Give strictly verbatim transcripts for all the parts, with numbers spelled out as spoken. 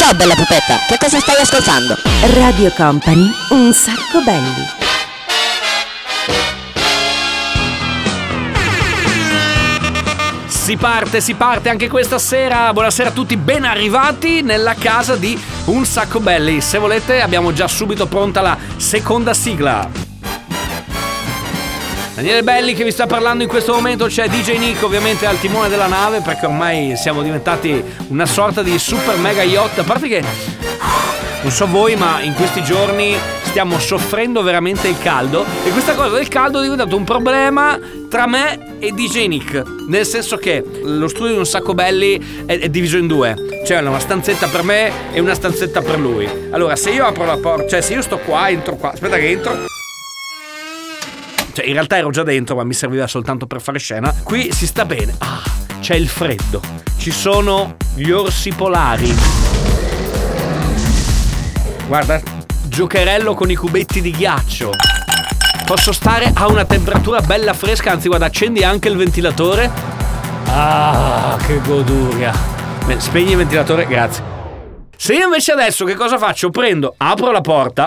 Ciao bella pupetta, che cosa stai ascoltando? Radio Company, un sacco belli. Si parte, si parte anche questa sera. Buonasera a tutti, ben arrivati nella casa di Un Sacco Belli. Se volete abbiamo già subito pronta la seconda sigla. Daniele Belli che vi sta parlando in questo momento, c'è D J Nick ovviamente al timone della nave, perché ormai siamo diventati una sorta di super mega yacht. A parte che non so voi, ma in questi giorni stiamo soffrendo veramente il caldo, e questa cosa del caldo è diventato un problema tra me e D J Nick, nel senso che lo studio di Un Sacco Belli è, è diviso in due, cioè una stanzetta per me e una stanzetta per lui. Allora se io apro la porta, cioè se io sto qua, entro qua, aspetta che entro, cioè in realtà ero già dentro ma mi serviva soltanto per fare scena. Qui si sta bene, ah, c'è il freddo, ci sono gli orsi polari, guarda, giocherello con i cubetti di ghiaccio. Posso stare a una temperatura bella fresca, anzi guarda, accendi anche il ventilatore. Ah, che goduria. Beh, spegni il ventilatore, grazie. Se io invece adesso che cosa faccio? Prendo, apro la porta,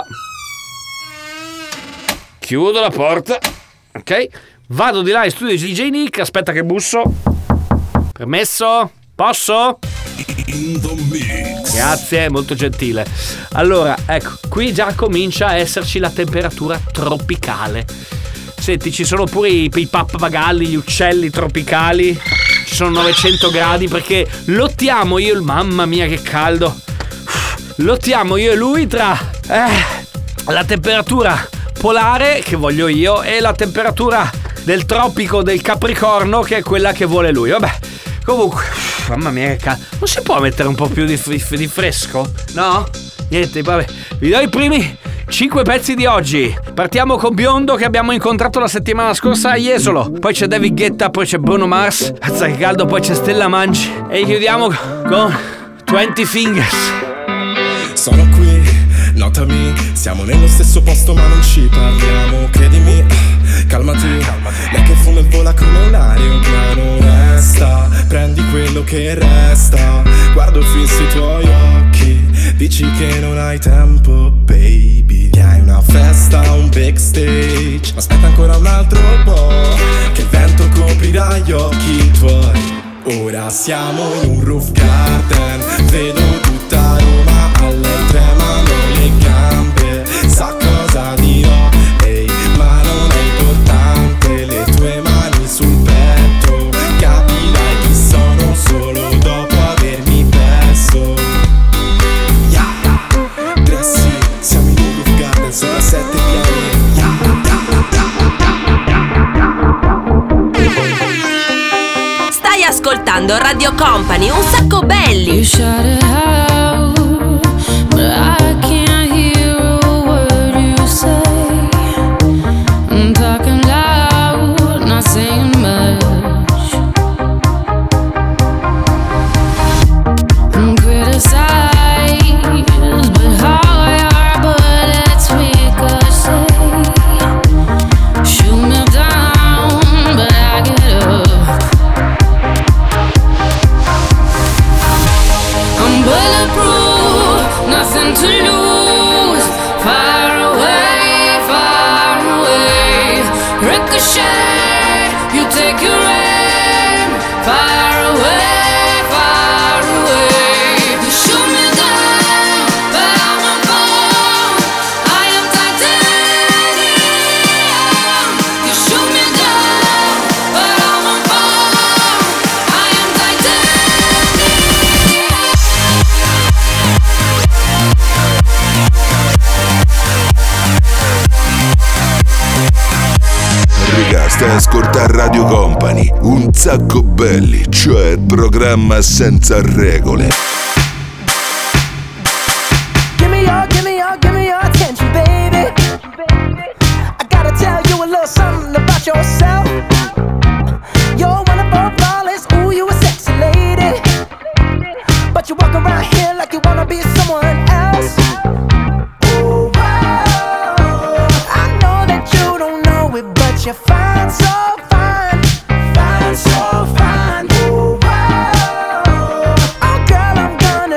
chiudo la porta, ok? Vado di là in studio di D J Nick, aspetta che busso. Permesso? Posso? In the mix. Grazie, molto gentile. Allora, ecco, qui già comincia a esserci la temperatura tropicale. Senti, ci sono pure i, i pappagalli, gli uccelli tropicali. Ci sono novecento gradi perché lottiamo io e il... Mamma mia che caldo. Lottiamo io e lui tra eh, la temperatura polare che voglio io e la temperatura del tropico del Capricorno che è quella che vuole lui. Vabbè, comunque, mamma mia che caldo. Non si può mettere un po' più di, di fresco? No? Niente, vabbè. Vi do i primi cinque pezzi di oggi. Partiamo con Biondo che abbiamo incontrato la settimana scorsa a Jesolo. Poi c'è David Guetta, poi c'è Bruno Mars. Azza che caldo, poi c'è Stella Mangi. E chiudiamo con twenty Fingers. Sono qui, notami, siamo nello stesso posto ma non ci parliamo. Credimi, calmati, lei che fuma e vola come un aeroplano. Resta, prendi quello che resta. Guardo fissi i tuoi occhi, dici che non hai tempo, baby. Che hai una festa, un backstage. Aspetta ancora un altro po', che il vento coprirà gli occhi tuoi. Ora siamo in un roof garden, vedo tutta Roma alle tremano le gambe. Sa cosa dirò, ehi, ma non è importante. Le tue mani sul petto, capirai chi sono solo dopo avermi perso. Yeah, Dressi, siamo in un roof garden sopra sette piani. Yeah, Stai ascoltando Radio Company, Un Sacco Belli. You shout it out, but I can't hear a word you say. I'm talking loud, not saying much. I'm criticized, but how I are, but it's ricochet. Shoot me down, but I get up. I'm bulletproof, nothing to lose. Far away, far away. Ricochet, you take your aim. Far away, far away. You shoot me down, but I won't fall. I am titanium. You shoot me down, but I won't fall. I am titanium. Raga, stai a ascoltare Radio Company, Un Sacco Belli, cioè il programma senza regole. Give me your, give me your, give me your attention, baby. I gotta tell you a little something about yourself. You're one of our flawless, ooh, you a sexy lady. But you walk around here like you wanna be someone else. Ooh, wow. I know that you don't know it, but you're fine, so fine, fine, so fine. Ooh, wow. Oh, girl, I'm gonna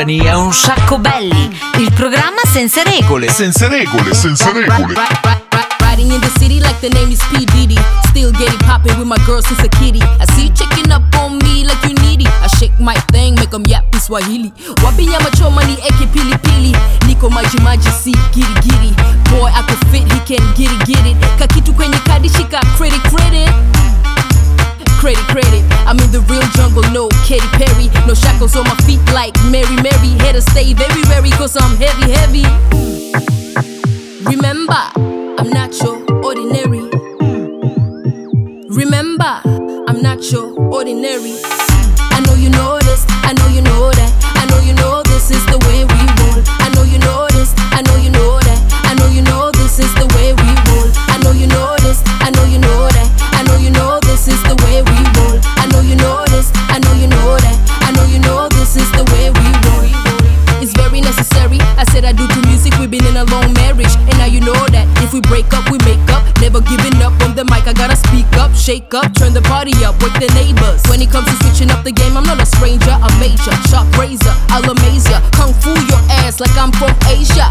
Company è Un Sacco Belli, il programma senza regole. Senza regole, senza regole. Riding in the city like the name is P. Diddy. Still getting poppin' with my girl since a kitty. I see you checking up on me like you needy. I shake my thing, make them yap in Swahili. Wabinya machomani eke pili pili. Niko maji maji si giri giri. Boy I could fit, he can get it, get it. Kakitu kwenye kadi, she got credit, credit. Credit, credit, I'm in the real jungle, no Katy Perry. No shackles on my feet like Mary, Mary. Had to stay very, very cause I'm heavy, heavy. Remember, I'm not your ordinary. Remember, I'm not your ordinary. I know you know this, I know you know that. I know you know this is the way we roll. I know you know this, I know you know that. I know you know this is the way we roll. I know you know this, I know you know that. I know you know this is the way we roll. I know you know this, I know you know that. I know you know this is the way we roll. It's very necessary. I said I do to music, we've been in a long marriage. And now you know that if we break up, we make up. Never giving up on the mic, I gotta speak up, shake up, turn the party up with the neighbors. When it comes to switching up the game, I'm not a stranger, a major. Sharp razor, I'll amaze ya. Kung fu your ass like I'm from Asia.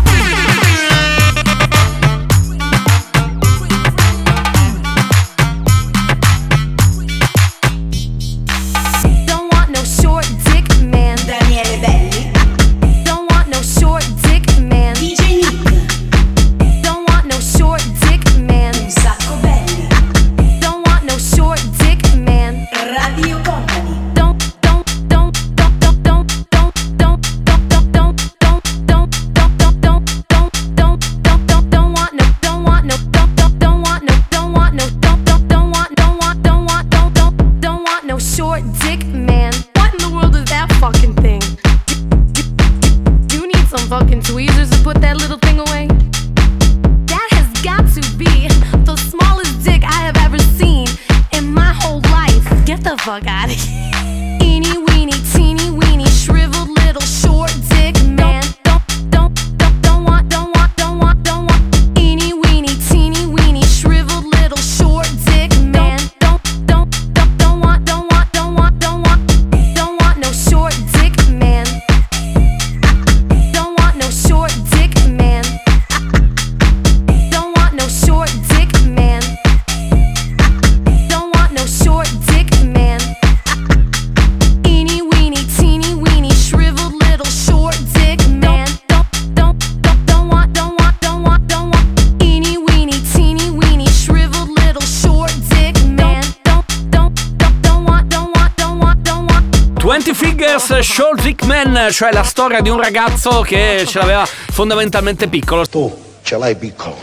Short Dick Man, cioè la storia di un ragazzo che ce l'aveva fondamentalmente piccolo. Tu ce l'hai piccolo.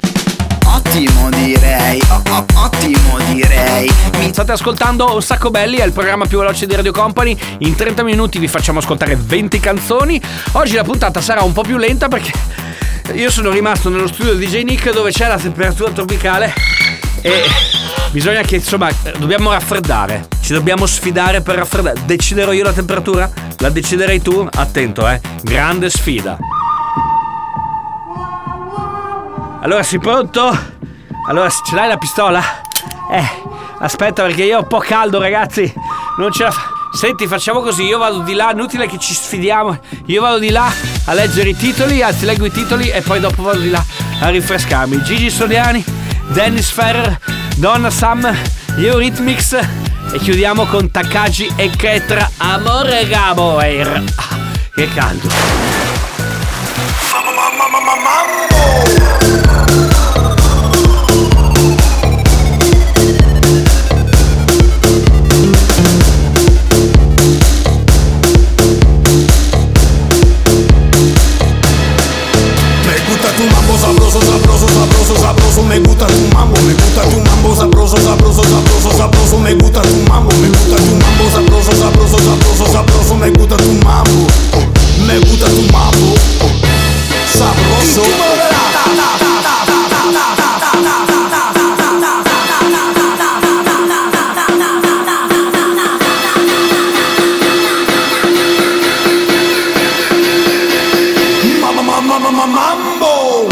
Ottimo direi, oh, oh, ottimo direi. Mi state ascoltando Un Sacco Belli, è il programma più veloce di Radio Company. In trenta minuti vi facciamo ascoltare venti canzoni. Oggi la puntata sarà un po' più lenta perché io sono rimasto nello studio di D J Nick dove c'è la temperatura tropicale e bisogna che insomma dobbiamo raffreddare. Ci dobbiamo sfidare per raffreddare. Deciderò io la temperatura? La deciderei tu? Attento, eh. Grande sfida. Allora, sei pronto? Allora, ce l'hai la pistola? Eh, aspetta perché io ho un po' caldo, ragazzi. Non ce la fa. Senti, facciamo così, io vado di là, inutile che ci sfidiamo. Io vado di là a leggere i titoli, anzi leggo i titoli e poi dopo vado di là a rinfrescarmi. Gigi Sodiani, Dennis Ferrer, Donna Summer, gli Eurythmics e chiudiamo con Takagi e Ketra, Amore Gabo Air. Ah, che caldo. Sabroso, sabroso, sabroso, sabroso, me gusta tu mambo, me gusta tu mambo, sabroso, sabroso, sabroso, sabroso, me gusta tu mambo, me gusta tu mambo, sabroso, sabroso, sabroso, sabroso, me gusta tu mambo, me gusta tu mambo, sabroso. Mamma, mamma, mamma, mambo.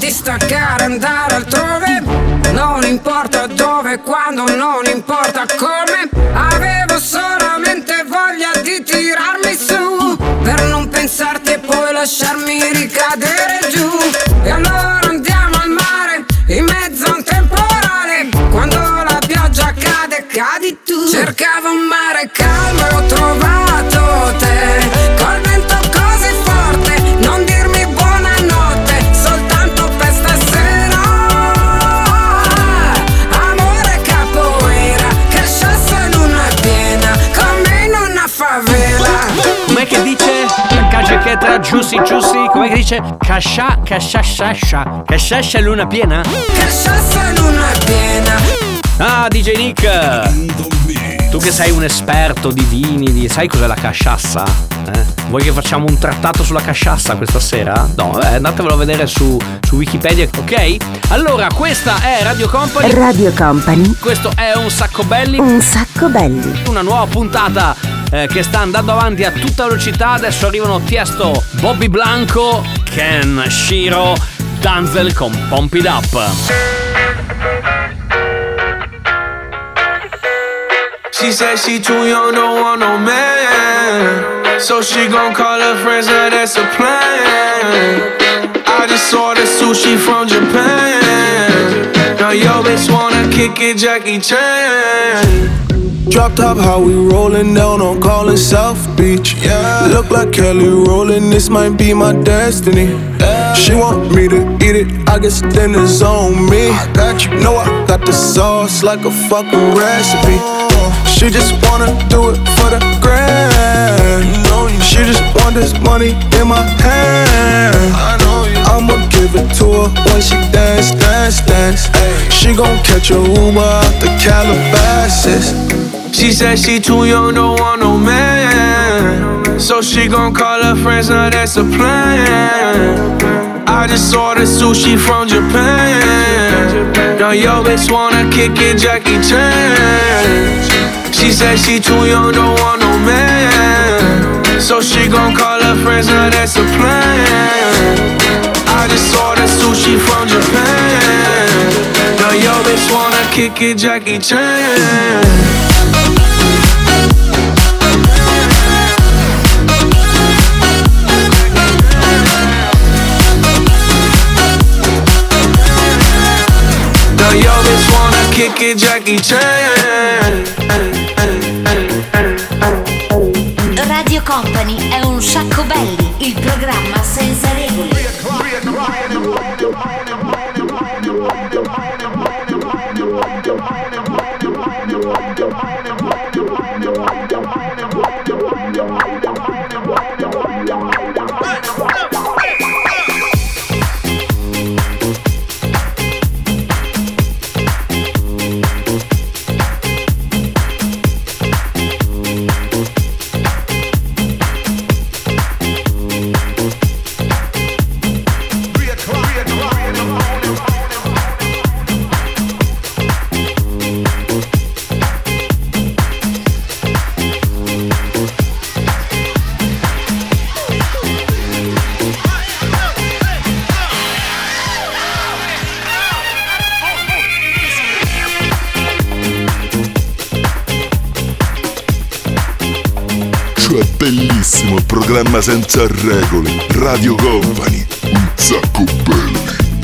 staccare, andare altrove. Non importa dove, quando, non importa come. Avevo solamente voglia di tirarmi su, per non pensarti e poi lasciarmi ricadere giù. E allora andiamo al mare, in mezzo a un temporale. Quando la pioggia cade, cadi tu. Cercavo un mare calmo e ho trovato te, col vento così forte, non dirmi buonanotte, soltanto per stasera. Amore capoeira, casciasso in una piena, come in una favela. Com'è che dice? Cagichetra, giussi, giussi, com'è che dice? Cascia, cascia, sciascia, casciascia luna piena? Casciasso in una piena. Ah, D J Nick, tu che sei un esperto di vini, di... sai cos'è la casciassa? Eh? Vuoi che facciamo un trattato sulla casciassa questa sera? No, eh, andatevelo a vedere su, su Wikipedia, ok? Allora, questa è Radio Company. Radio Company. Questo è Un Sacco Belli. Un Sacco Belli. Una nuova puntata eh, che sta andando avanti a tutta velocità. Adesso arrivano Tiesto, Bobby Blanco, Ken Shiro, Danzel con Pump It Up. She said she too young, don't want no man, so she gon' call her friends, now that's a plan. I just ordered sushi from Japan, now yo bitch wanna kick it, Jackie Chan. Drop top, how we rollin' down on Callin' South Beach. Yeah. Look like Kelly rollin', this might be my destiny. Yeah. She want me to eat it, I guess dinner's on me. I got you, know I got the sauce like a fucking recipe. She just wanna do it for the grand. She just want this money in my hand. I'ma give it to her when she dance, dance, dance. She gon' catch a Uber out the Calabasas. She said she too young, don't want no man, so she gon' call her friends, now that's a plan. I just ordered sushi from Japan, now yo bitch wanna kick it, Jackie Chan. She said she too young, don't want no man, so she gon' call her friends, now that's a plan. I just ordered sushi from Japan, now yo bitch wanna kick it, Jackie Chan. Now yo bitch wanna kick it, Jackie Chan. Radio Company è Un Sacco Belli, il programma senza regole. Bellissimo programma senza regole. Radio Company, Un Sacco Belli.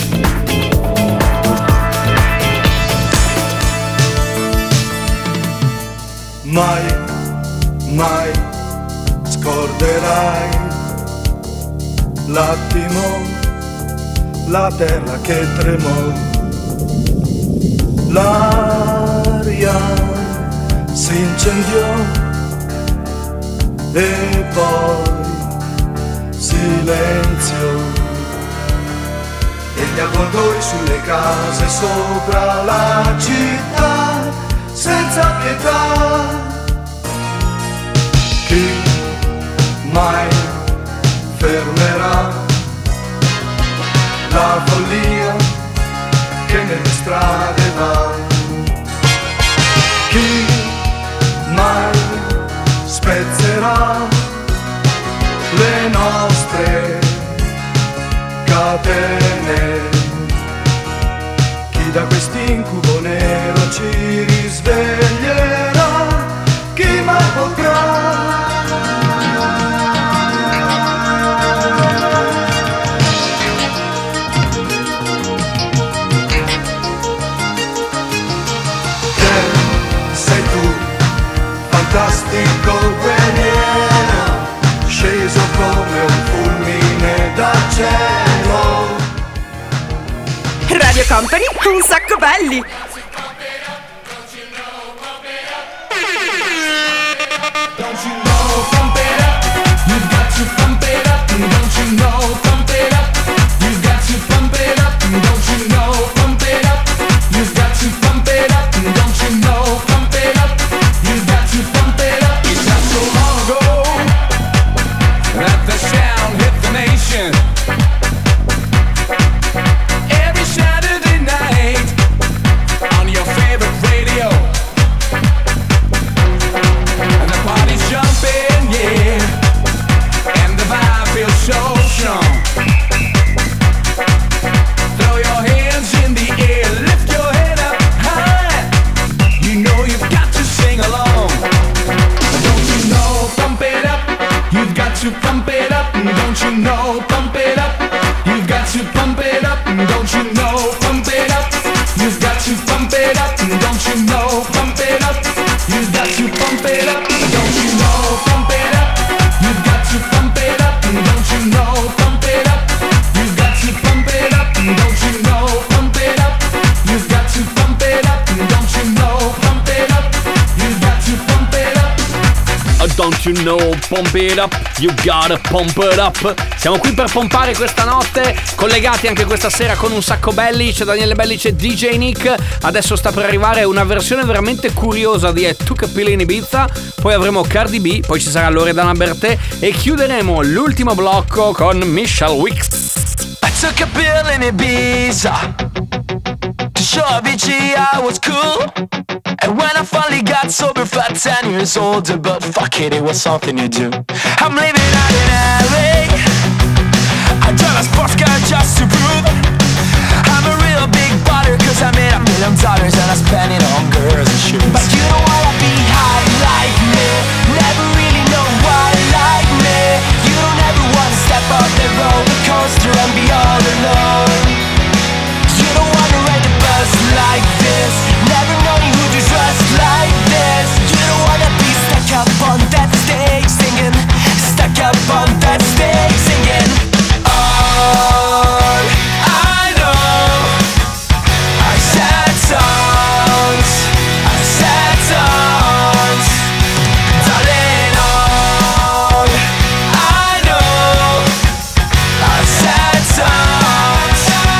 Mai, mai scorderai l'attimo, la terra che tremò, l'aria si incendiò e poi silenzio e gli avvoltoi sulle case sopra la città senza pietà. Chi mai fermerà la follia che nelle strade va? Chi mai spezzerà le nostre catene? da quest'incubo nero ci risveglierà, chi mai potrà? Fantastico guerriero, sceso come un fulmine dal cielo. Radio Company, un sacco belli. Don't you know, pump it up, you've got to pump it up. Don't you know, pump it up, you've got to pump it up. Don't you know, pump it up, you've got to pump it up. Don't you know, pump it up, you've got to pump it up. It's not so long ago that the sound hit the nation. Every Saturday night on your favorite radio, and the party's jumping, yeah, and the vibe feels so strong. Throw your hands in the air, lift your head up high. You know you've got to sing along. Don't you know, pump it up, you've got to pump it up. Don't you know, pump it up, you've got to pump it up. Don't you know, pump it up, you've got to pump it up. Don't you know, pump it up, you've got to pump it up. Don't you know, pump it up, you've got to pump it up. Don't you know, pump it up, you've got to pump it up. Don't you know, pump it up, you've got to pump it up. Don't you know, pump it up, you've got to pump it up. Oh, don't you know, pump it up, you gotta pump it up. Siamo qui per pompare questa notte, collegati anche questa sera con un sacco belli. C'è Daniele Belli, c'è D J Nick. Adesso sta per arrivare una versione veramente curiosa di I Took a Pill in Ibiza. Poi avremo Cardi B, poi ci sarà Loredana Bertè e chiuderemo l'ultimo blocco con Michelle Wicks. I took a pill in Ibiza to show Avicii I was cool. And when I finally got sober, felt ten years older, but fuck it, it was something to do. I'm living out in L A, I drive a sports car just to prove I'm a real big baller, cause I made a million dollars and I spend it on girls and shoes. But you don't wanna be high like me, never really know why like me. You don't ever wanna step off the roller coaster and be all alone. You don't wanna ride the bus like this, never knowing who to trust like this. You don't wanna be stuck up on that stage singing, stuck up on that stage singing. All I know are sad songs, are sad songs. Darling, all I know are sad songs.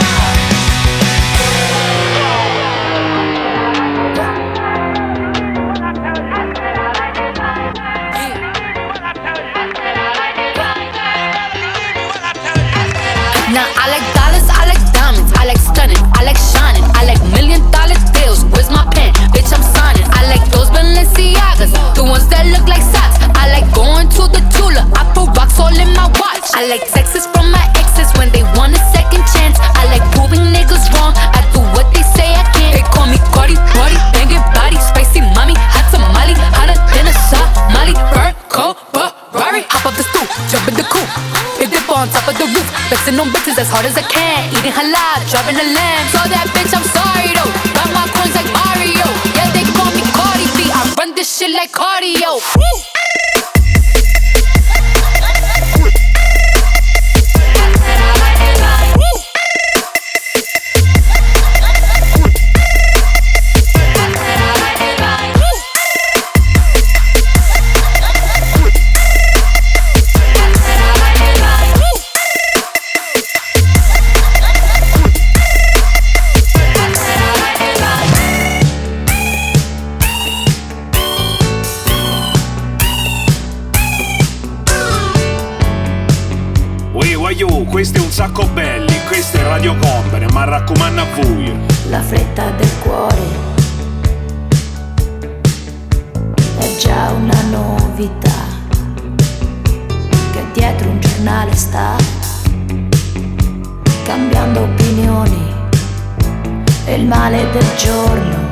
Now I like dollars, I like diamonds, I like stunning, I like shining, I like million dollar deals. Where's my pen? Bitch, I'm signing. I like those Balenciagas, the ones that look like socks. I like going to the Tula, I put rocks all in my watch. I like texts from my exes when they want a second chance. I like proving niggas wrong, I do what they say I can't. They call me Cardi, Cardi, banging body, spicy mommy, hot tamale, hotter than a Somali. Burnt cold, Ferrari, hop off the stoop, jump in the coupe. Big dip on top of the roof, flexing on bitches as hard as I can. Eating halal, driving a lamb. So that bitch, I'm sorry though. Got my coins like Mario. Yeah, they call me Cardi B. I run this shit like cardio. Woo! Questo è un sacco belli, questo è Radio Company, ma raccomando a voi. La fretta del cuore è già una novità, che dietro un giornale sta cambiando opinioni e il male del giorno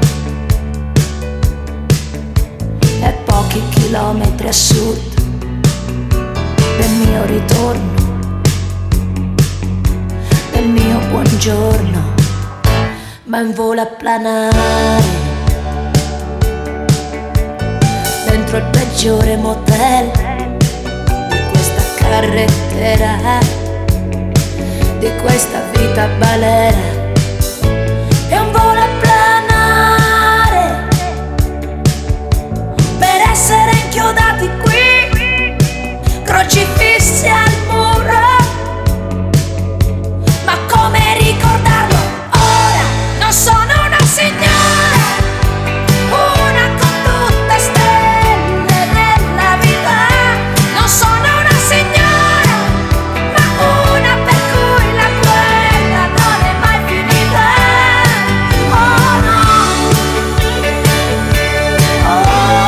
e pochi chilometri a sud del mio ritorno, del mio buongiorno, ma in volo a planare dentro il peggiore motel di questa carrettera, di questa vita balera. È un volo a planare per essere inchiodati qui, crocifissi al muro. Ma come ricordarlo ora? Non sono una signora, una con tutte stelle nella vita. Non sono una signora, ma una per cui la guerra non è mai finita. Oh no, oh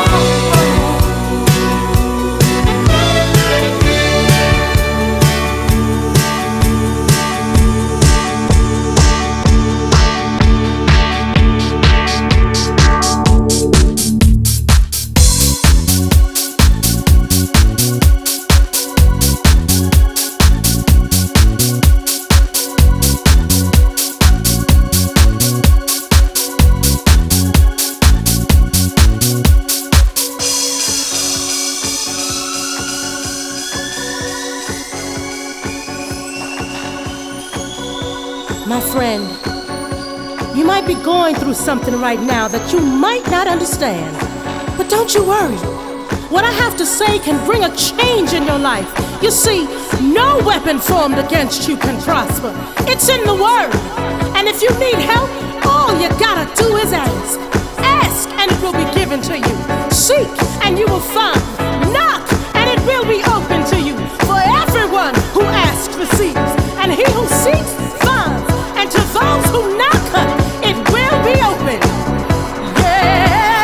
My friend, you might be going through something right now that you might not understand. But don't you worry. What I have to say can bring a change in your life. You see, no weapon formed against you can prosper. It's in the Word. And if you need help, all you gotta do is ask. Ask and it will be given to you. Seek and you will find. Knock and it will be open to you. For everyone who asks receives, and he who seeks finds. And to those who knock, it will be open. Yeah,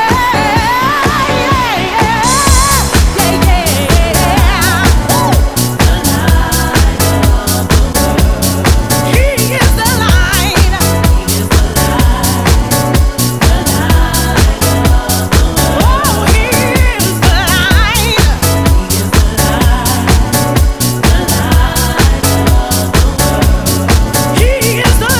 yeah, yeah, yeah, yeah. The light of the world. He is the light. He is the light. The light of the world. Oh, he is the light. He is the light. The light of the world. He is the light.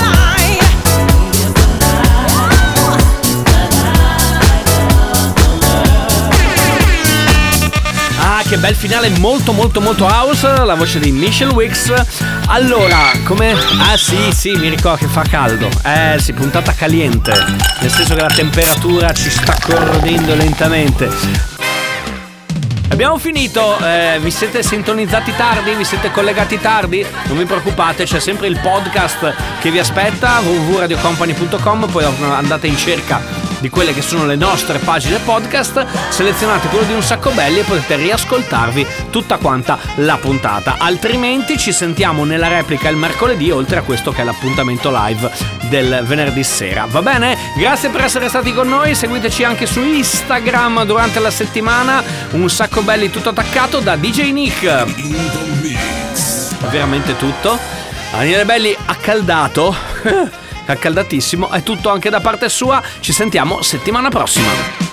Ah, che bel finale, molto molto molto house, la voce di Michelle Wicks. Allora, come... Ah sì, sì, mi ricordo che fa caldo. Eh sì, puntata caliente, nel senso che la temperatura ci sta corrodendo lentamente. Abbiamo finito, eh, vi siete sintonizzati tardi, vi siete collegati tardi? Non vi preoccupate, c'è sempre il podcast che vi aspetta, w w w punto radio company punto com, poi andate in cerca di quelle che sono le nostre pagine podcast, selezionate quello di Un Sacco Belli e potete riascoltarvi tutta quanta la puntata. Altrimenti ci sentiamo nella replica il mercoledì, oltre a questo che è l'appuntamento live del venerdì sera. Va bene? Grazie per essere stati con noi, seguiteci anche su Instagram durante la settimana. Un Sacco Belli tutto attaccato da D J Nick. Veramente tutto. Daniele Belli accaldato. Accaldatissimo, è tutto anche da parte sua. Ci sentiamo settimana prossima.